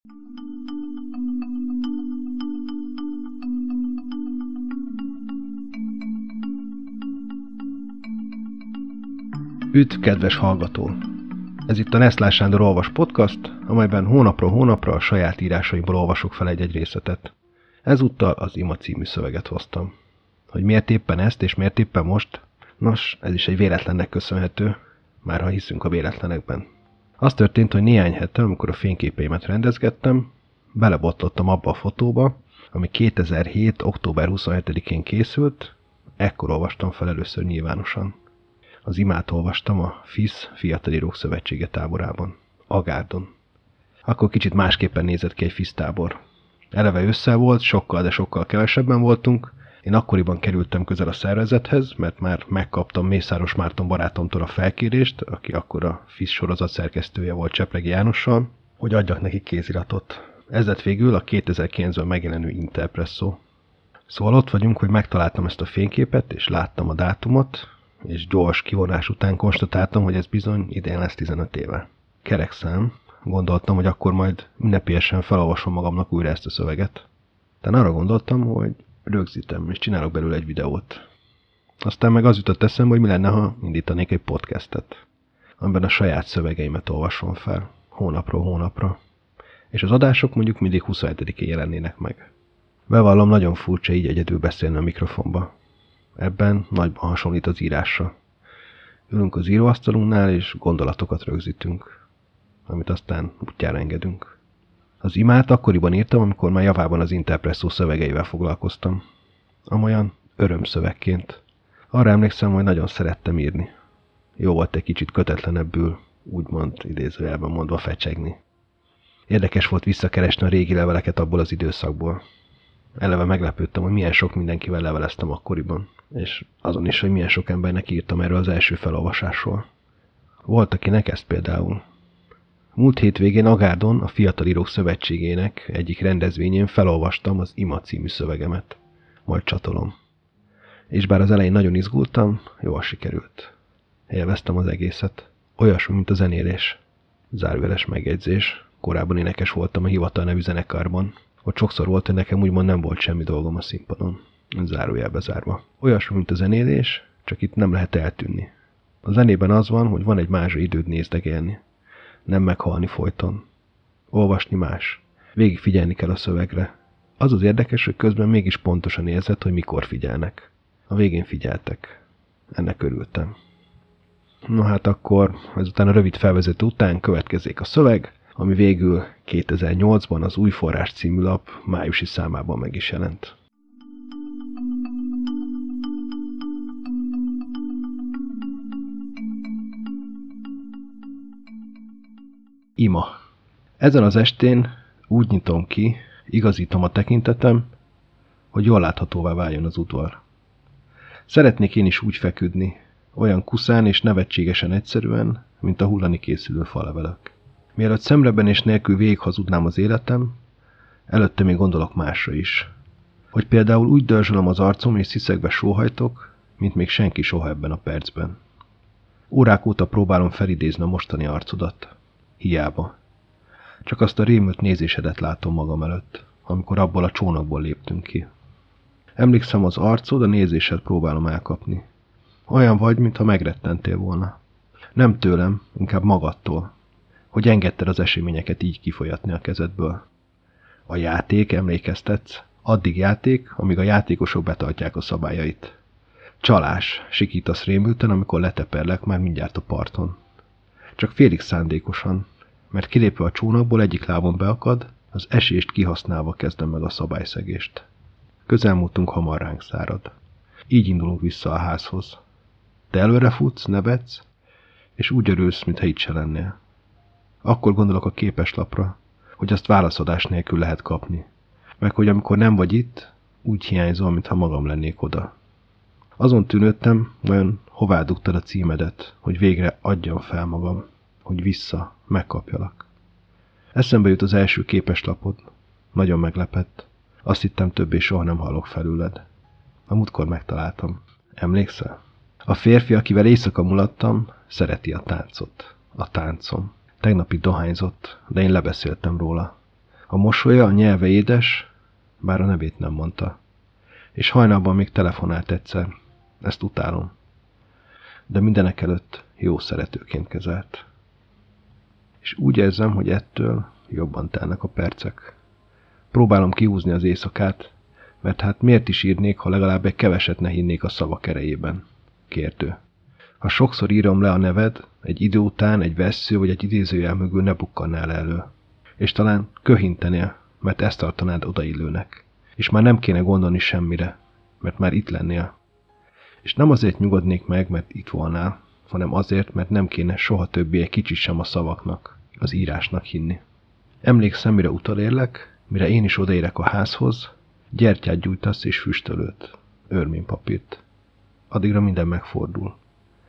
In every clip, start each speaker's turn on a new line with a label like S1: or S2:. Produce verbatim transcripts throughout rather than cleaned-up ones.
S1: Üdv, kedves hallgató! Ez itt a Neszlás Sándor Olvas Podcast, amelyben hónapról hónapra a saját írásaimból olvasok fel egy-egy részletet. Ezúttal az Ima című szöveget hoztam. Hogy miért éppen ezt és miért éppen most? Nos, ez is egy véletlennek köszönhető, már ha hiszünk a véletlenekben. Az történt, hogy néhány hete, amikor a fényképeimet rendezgettem, belebotlottam abba a fotóba, ami kétezer-hét. október huszonhetedikén készült, ekkor olvastam fel először nyilvánosan. Az Imát olvastam a FISZ Fiatalírók Szövetsége táborában, Agárdon. Akkor kicsit másképpen nézett ki egy FISZ tábor. Eleve ősszel volt, sokkal, de sokkal kevesebben voltunk. Én akkoriban kerültem közel a szervezethez, mert már megkaptam Mészáros Márton barátomtól a felkérést, aki akkor a FISZ sorozat szerkesztője volt Csepregi Jánossal, hogy adjak neki kéziratot. Ez lett végül a kétezer-kilencben megjelenő Interpresszó. Szóval ott vagyunk, hogy megtaláltam ezt a fényképet, és láttam a dátumot, és gyors kivonás után konstatáltam, hogy ez bizony idén lesz tizenöt éve. Kerek szám, gondoltam, hogy akkor majd ünnepélyesen felolvasom magamnak újra ezt a szöveget. Tehát arra gondoltam, hogy rögzítem, és csinálok belőle egy videót. Aztán meg az jutott eszembe, hogy mi lenne, ha indítanék egy podcastet, amiben a saját szövegeimet olvasom fel, hónapról hónapra. És az adások mondjuk mindig huszonhetedikén jelennének meg. Bevallom, nagyon furcsa így egyedül beszélni a mikrofonba. Ebben nagyban hasonlít az írásra. Ülünk az íróasztalunknál, és gondolatokat rögzítünk, amit aztán útjára engedünk. Az Imát akkoriban írtam, amikor már javában az Interpresszó szövegeivel foglalkoztam. Amolyan örömszövegként. Arra emlékszem, hogy nagyon szerettem írni. Jó volt egy kicsit kötetlenebbül, úgymond idézőjelben mondva fecsegni. Érdekes volt visszakeresni a régi leveleket abból az időszakból. Eleve meglepődtem, hogy milyen sok mindenkivel leveleztem akkoriban, és azon is, hogy milyen sok embernek írtam erről az első felolvasásról. Volt, akinek ezt például. Múlt hétvégén Agárdon a Fiatalírók Szövetségének egyik rendezvényén felolvastam az Ima című szövegemet. Majd csatolom. És bár az elején nagyon izgultam, jól sikerült. Élveztem az egészet. Olyasmi, mint a zenélés. Zárójeles megjegyzés. Korábban énekes voltam a Hivatal nevű zenekarban. Ott sokszor volt, hogy nekem úgymond nem volt semmi dolgom a színpadon. Zárójelbe zárva. Olyasmi, mint a zenélés, csak itt nem lehet eltűnni. A zenében az van, hogy van egy mázsa időd nézdegélni. Nem meghalni folyton. Olvasni más. Végig figyelni kell a szövegre. Az az érdekes, hogy közben mégis pontosan érzed, hogy mikor figyelnek. A végén figyeltek. Ennek örültem. Na hát akkor, ezután a rövid felvezető után következik a szöveg, ami végül kétezer-nyolcban az Új Forrás című lap májusi számában meg is jelent. Ima. Ezen az estén úgy nyitom ki, igazítom a tekintetem, hogy jól láthatóvá váljon az udvar. Szeretnék én is úgy feküdni, olyan kuszán és nevetségesen egyszerűen, mint a hullani készülő falevelek. Mielőtt szemrebenés nélkül végighazudnám az életem, előtte még gondolok másra is. Hogy például úgy dörzsölöm az arcom és sziszegve sóhajtok, mint még senki soha ebben a percben. Órák óta próbálom felidézni a mostani arcodat. Hiába. Csak azt a rémült nézésedet látom magam előtt, amikor abból a csónakból léptünk ki. Emlékszem, az arcod, a nézésed próbálom elkapni. Olyan vagy, mintha megrettentél volna. Nem tőlem, inkább magadtól. Hogy engedted az eseményeket így kifolyatni a kezedből. A játék, emlékeztetsz, addig játék, amíg a játékosok betartják a szabályait. Csalás, sikítasz rémülten, amikor leteperlek már mindjárt a parton. Csak félig szándékosan, mert kilépve a csónakból egyik lábon beakad, az esést kihasználva kezdem meg a szabályszegést. Közelmúltunk, hamar ránk szárad. Így indulunk vissza a házhoz. Te előre futsz, nevetsz, és úgy örülsz, mintha itt se lennél. Akkor gondolok a képeslapra, hogy azt válaszadás nélkül lehet kapni, meg hogy amikor nem vagy itt, úgy hiányzol, mintha magam lennék oda. Azon tűnődtem, vajon hová dugtad a címedet, hogy végre adjam fel magam, hogy vissza, megkapjalak. Eszembe jut az első képeslapod. Nagyon meglepett. Azt hittem, többé soha nem hallok felőled. A múltkor megtaláltam. Emlékszel? A férfi, akivel éjszaka mulattam, szereti a táncot. A táncom. Tegnapig dohányzott, de én lebeszéltem róla. A mosolya, a nyelve édes, bár a nevét nem mondta. És hajnalban még telefonált egyszer. Ezt utálom. De mindenek előtt jó szeretőként kezelt. És úgy érzem, hogy ettől jobban telnek a percek. Próbálom kihúzni az éjszakát, mert hát miért is írnék, ha legalább egy keveset ne hinnék a szavak erejében. Kérdő. Ha sokszor írom le a neved, egy idő után egy vessző vagy egy idézőjel mögül ne bukkannál elő. És talán köhintenél, mert ezt tartanád odaillőnek. És már nem kéne gondolni semmire, mert már itt lennél. És nem azért nyugodnék meg, mert itt volnál, hanem azért, mert nem kéne soha többé egy kicsit sem a szavaknak, az írásnak hinni. Emlékszem, mire utolérlek, mire én is odaérek a házhoz, gyertyát gyújtasz és füstölőt, örménypapírt. Addigra minden megfordul.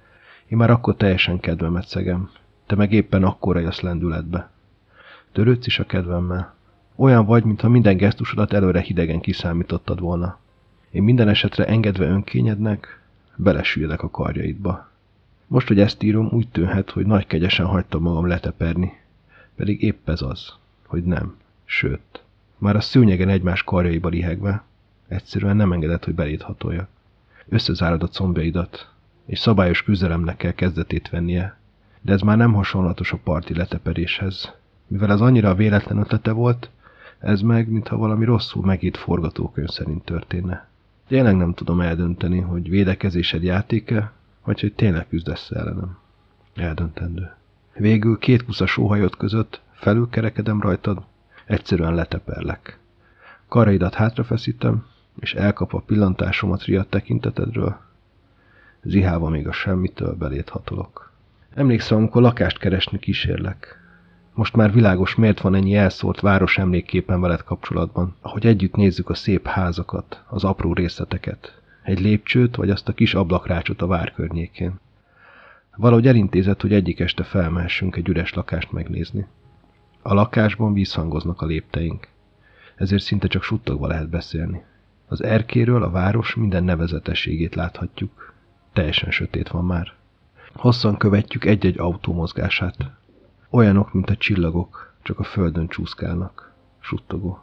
S1: Én már akkor teljesen kedvemet szegem, te meg éppen akkora jössz lendületbe. Törődsz is a kedvemmel. Olyan vagy, mintha minden gesztusodat előre hidegen kiszámítottad volna. Én minden esetre engedve önkényednek, belesüljedek a karjaidba. Most, hogy ezt írom, úgy tűnhet, hogy nagy kegyesen hagytam magam leteperni. Pedig épp ez az, hogy nem, sőt. Már a szőnyegen egymás karjaiba lihegve, egyszerűen nem engedett, hogy beléd hatoljak. Összezárod a combjaidat, és szabályos küzdelemnek kell kezdetét vennie, de ez már nem hasonlatos a parti leteperéshez. Mivel ez annyira a véletlen ötlete volt, ez meg, mintha valami rosszul megírt forgatókönyv szerint történne. Tényleg nem tudom eldönteni, hogy védekezésed játéke, vagy hogy tényleg küzdesz ellenem. Eldöntendő. Végül két kusza sóhajod között felülkerekedem rajtad, egyszerűen leteperlek. Karaidat hátrafeszítem, és elkapva pillantásomat riadt tekintetedről, zihálva még a semmitől beléd hatolok. Emlékszem, amikor lakást keresni kísérlek. Most már világos, miért van ennyi elszórt város emlékképen veled kapcsolatban, ahogy együtt nézzük a szép házakat, az apró részleteket, egy lépcsőt vagy azt a kis ablakrácsot a vár környékén. Valahogy elintézett, hogy egyik este felmehessünk egy üres lakást megnézni. A lakásban vízhangoznak a lépteink, ezért szinte csak suttogva lehet beszélni. Az erkéről a város minden nevezetességét láthatjuk. Teljesen sötét van már. Hosszan követjük egy-egy autó mozgását. Olyanok, mint a csillagok, csak a földön csúszkálnak. Suttogó.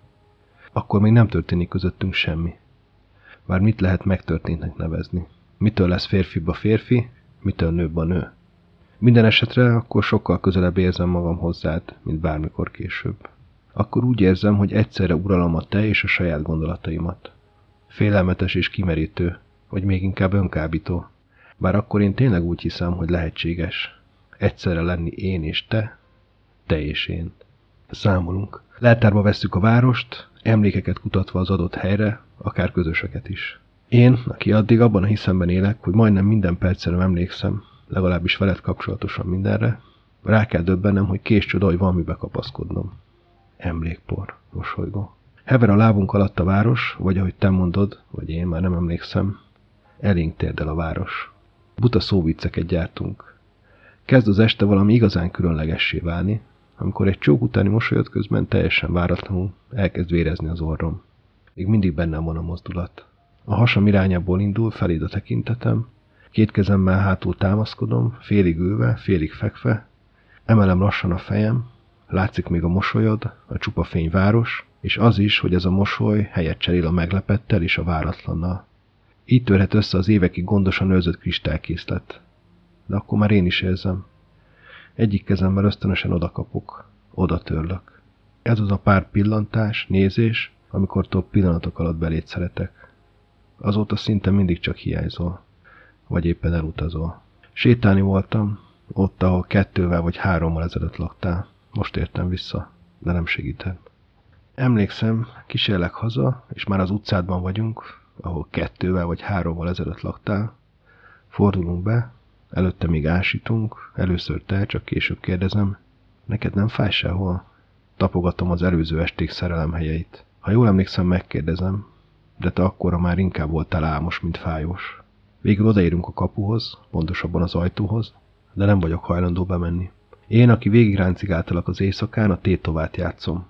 S1: Akkor még nem történik közöttünk semmi. Bár mit lehet megtörténtnek nevezni? Mitől lesz férfibb a férfi, mitől nőbb a nő? Minden esetre akkor sokkal közelebb érzem magam hozzád, mint bármikor később. Akkor úgy érzem, hogy egyszerre uralom a te és a saját gondolataimat. Félelmetes és kimerítő, vagy még inkább önkábító. Bár akkor én tényleg úgy hiszem, hogy lehetséges. Egyszerre lenni én és te, te és én. Számolunk. Leltárba vesszük a várost, emlékeket kutatva az adott helyre, akár közöseket is. Én, aki addig abban a hiszemben élek, hogy majdnem minden percre emlékszem, legalábbis veled kapcsolatosan mindenre, rá kell döbbennem, hogy kés csoda, hogy van mibe kapaszkodnom. Emlékpor, mosolygó. Hever a lábunk alatt a város, vagy ahogy te mondod, vagy én már nem emlékszem, elénk térdel a város. Buta szóvicceket gyártunk. Kezd az este valami igazán különlegessé válni, amikor egy csók utáni mosolyod közben teljesen váratlanul elkezd vérezni az orrom. Még mindig bennem van a mozdulat. A hasam irányából indul, feléd a tekintetem, két kezemmel hátul támaszkodom, félig ülve, félig fekve, emelem lassan a fejem, látszik még a mosolyod, a csupa fény város, és az is, hogy ez a mosoly helyet cserél a meglepettel és a váratlannal. Így törhet össze az évekig gondosan őrzött kristálkészlet. De akkor már én is érzem. Egyik kezemmel ösztönösen odakapok, oda törlök. Ez az a pár pillantás, nézés, amikortól pillanatok alatt beléd szeretek. Azóta szinte mindig csak hiányzol, vagy éppen elutazol. Sétálni voltam, ott, ahol kettővel vagy hárommal ezelőtt laktál. Most értem vissza, de nem segített. Emlékszem, kísérlek haza, és már az utcádban vagyunk, ahol kettővel vagy hárommal ezelőtt laktál. Fordulunk be, előtte még ásítunk, először te, csak később kérdezem. Neked nem fáj sehol? Tapogatom az előző esték szerelemhelyeit. Ha jól emlékszem, megkérdezem, de te akkora már inkább voltál álmos, mint fájós. Végül odaérünk a kapuhoz, pontosabban az ajtóhoz, de nem vagyok hajlandó bemenni. Én, aki végig ráncigáltalak az éjszakán, a tétovát játszom.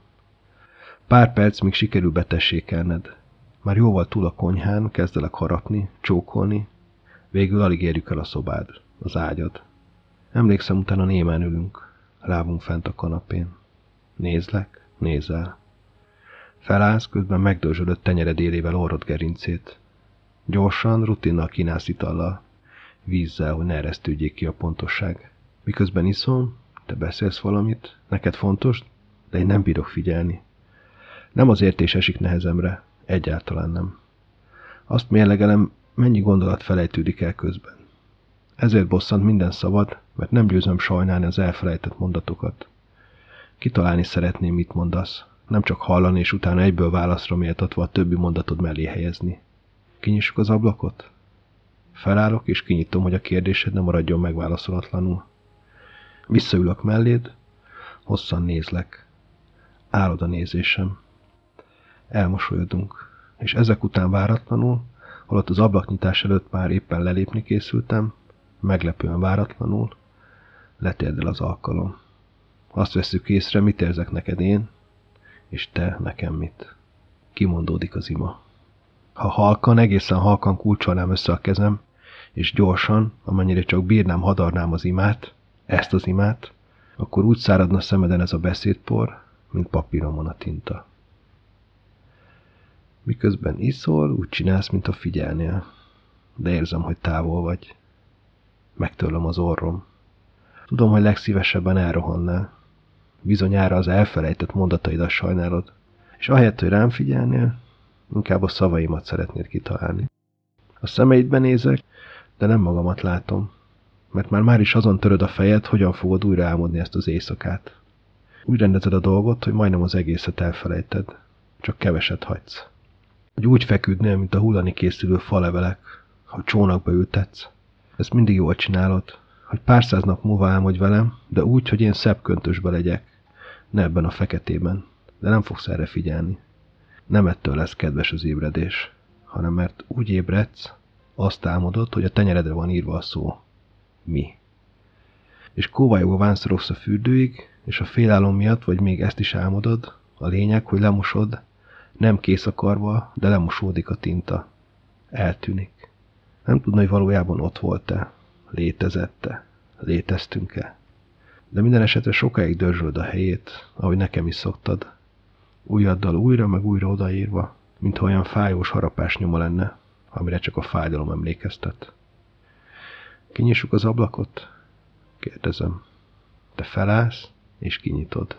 S1: Pár perc, míg sikerül betessékelned. Már jóval túl a konyhán, kezdelek harapni, csókolni, végül alig érjük el a szobád, az ágyad. Emlékszem, utána némán ülünk, lábunk fent a kanapén. Nézlek, Nézel. Felállsz, közben megdörzsölött tenyered élével orrod gerincét. Gyorsan, rutinnal kínálsz itallal. Vízzel, hogy ne eresztődjék ki a pontosság. Miközben iszom, te beszélsz valamit, neked fontos, de én nem bírok figyelni. Nem az értés esik nehezemre, egyáltalán nem. Azt mérlegelem, mennyi gondolat felejtődik el közben. Ezért bosszant minden szavad, mert nem győzöm sajnálni az elfelejtett mondatokat. Kitalálni szeretném, mit mondasz, nem csak hallani és utána egyből válaszra méltatva a többi mondatod mellé helyezni. Kinyissuk az ablakot? Felállok és kinyitom, hogy a kérdésed nem maradjon megválaszolatlanul. Visszaülök melléd, hosszan nézlek. Állod a nézésem. Elmosolyodunk, és ezek után váratlanul, holott az ablaknyitás előtt már éppen lelépni készültem, meglepően váratlanul, letérdel az alkalom. Azt vesszük észre, mit érzek neked én, és te nekem mit. Kimondódik az ima. Ha halkan, egészen halkan kulcsolnám össze a kezem, és gyorsan, amennyire csak bírnám, hadarnám az imát, ezt az imát, akkor úgy száradna szemeden ez a beszédpor, mint papíromon a tinta. Miközben iszol, úgy csinálsz, mint a figyelnél, de érzem, hogy távol vagy. Megtörlöm az orrom. Tudom, hogy legszívesebben elrohannál. Bizonyára az elfelejtett mondataidat sajnálod, és ahelyett, hogy rám figyelnél, inkább a szavaimat szeretnéd kitalálni. A szemeidben nézek, de nem magamat látom, mert már már is azon töröd a fejed, hogyan fogod újra álmodni ezt az éjszakát. Úgy rendezed a dolgot, hogy majdnem az egészet elfelejted, csak keveset hagysz. Hogy úgy feküdnél, mint a hullani készülő falevelek, hogy csónakba ültetsz. Ezt mindig jól csinálod, hogy pár száz nap múlva álmodj velem, de úgy, hogy én szebb köntösbe legyek, ne ebben a feketében, de nem fogsz erre figyelni. Nem ettől lesz kedves az ébredés, hanem mert úgy ébredsz, azt álmodod, hogy a tenyeredre van írva a szó. Mi. És kóvályogva vánszorogsz a fürdőig, és a félálom miatt, vagy még ezt is álmodod, a lényeg, hogy lemosod, nem kész akarva, de lemosódik a tinta. Eltűnik. Nem tudna, hogy valójában ott volt-e, létezette, léteztünk-e. De minden esetre sokáig dörzsölöd a helyét, ahogy nekem is szoktad. Ujjaddal újra, meg újra odaírva, mintha olyan fájós harapás nyoma lenne, amire csak a fájdalom emlékeztet. Kinyissuk az ablakot? Kérdezem. Te felállsz, és kinyitod.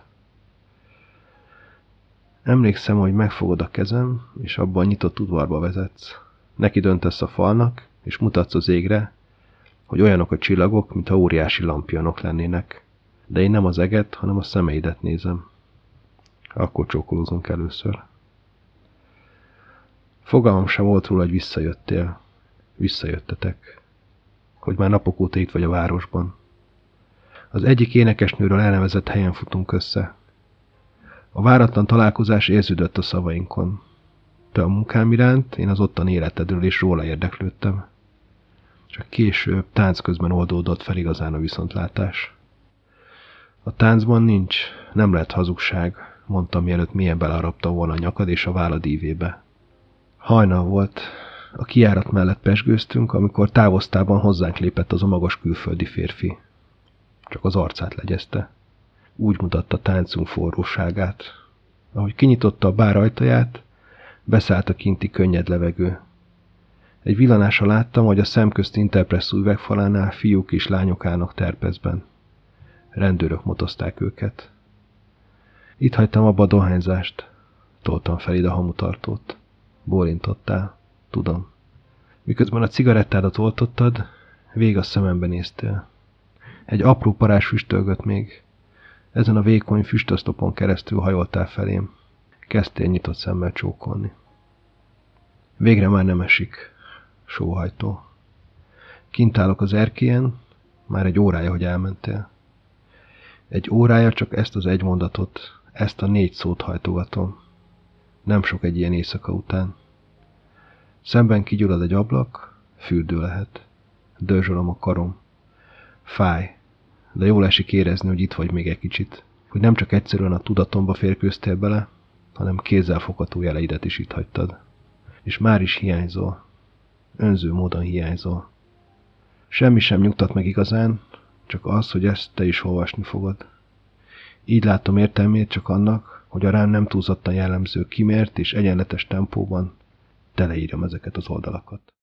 S1: Emlékszem, hogy megfogod a kezem, és abban a nyitott udvarba vezetsz. Neki döntesz a falnak, és mutatsz az égre, hogy olyanok a csillagok, mintha óriási lampionok lennének. De én nem az eget, hanem a szemeidet nézem. Akkor csókolózunk először. Fogalmam sem volt róla, hogy visszajöttél. Visszajöttetek. Hogy már napok óta itt vagy a városban. Az egyik énekesnőről elnevezett helyen futunk össze. A váratlan találkozás érződött a szavainkon. Te a munkám iránt, én az ottan életedről és róla érdeklődtem. Csak később, tánc közben oldódott fel igazán a viszontlátás. A táncban nincs, nem lehet hazugság, mondtam, mielőtt mélyen beleharaptam volna a nyakad és a vállad ívébe. Hajnal volt. A kijárat mellett pezsgőztünk, amikor távoztában hozzánk lépett az a magas külföldi férfi. Csak az arcát legyezte. Úgy mutatta táncunk forróságát. Ahogy kinyitotta a bár ajtaját, beszállt a kinti könnyed levegő. Egy villanásra láttam, hogy a szemközt interpresszú üvegfalánál fiúk és lányok állnak terpezben. Rendőrök motozták őket. Itt hagytam abba a dohányzást. Toltam fel ide a hamutartót. Bólintottál. Tudom. Miközben a cigarettádat oltottad, végig a szemembe néztél. Egy apró parás füstölgött még. Ezen a vékony füstoszlopon keresztül hajoltál felém. Kezdtél nyitott szemmel csókolni. Végre már nem esik. Sóhajtó. Kint állok az erkélyen, már egy órája, hogy elmentél. Egy órája csak ezt az egy mondatot, ezt a négy szót hajtogatom. Nem sok egy ilyen éjszaka után. Szemben kigyullad egy ablak, fürdő lehet. Dörzsölöm a karom. Fáj, de jól esik érezni, hogy itt vagy még egy kicsit. Hogy nem csak egyszerűen a tudatomba férkőztél bele, hanem kézzelfogható jeleidet is itt hagytad. És már is hiányzol. Önző módon hiányzol. Semmi sem nyugtat meg igazán, csak az, hogy ezt te is olvasni fogod. Így látom értelmét csak annak, hogy a rám nem túlzottan jellemző kimért és egyenletes tempóban teleírjam ezeket az oldalakat.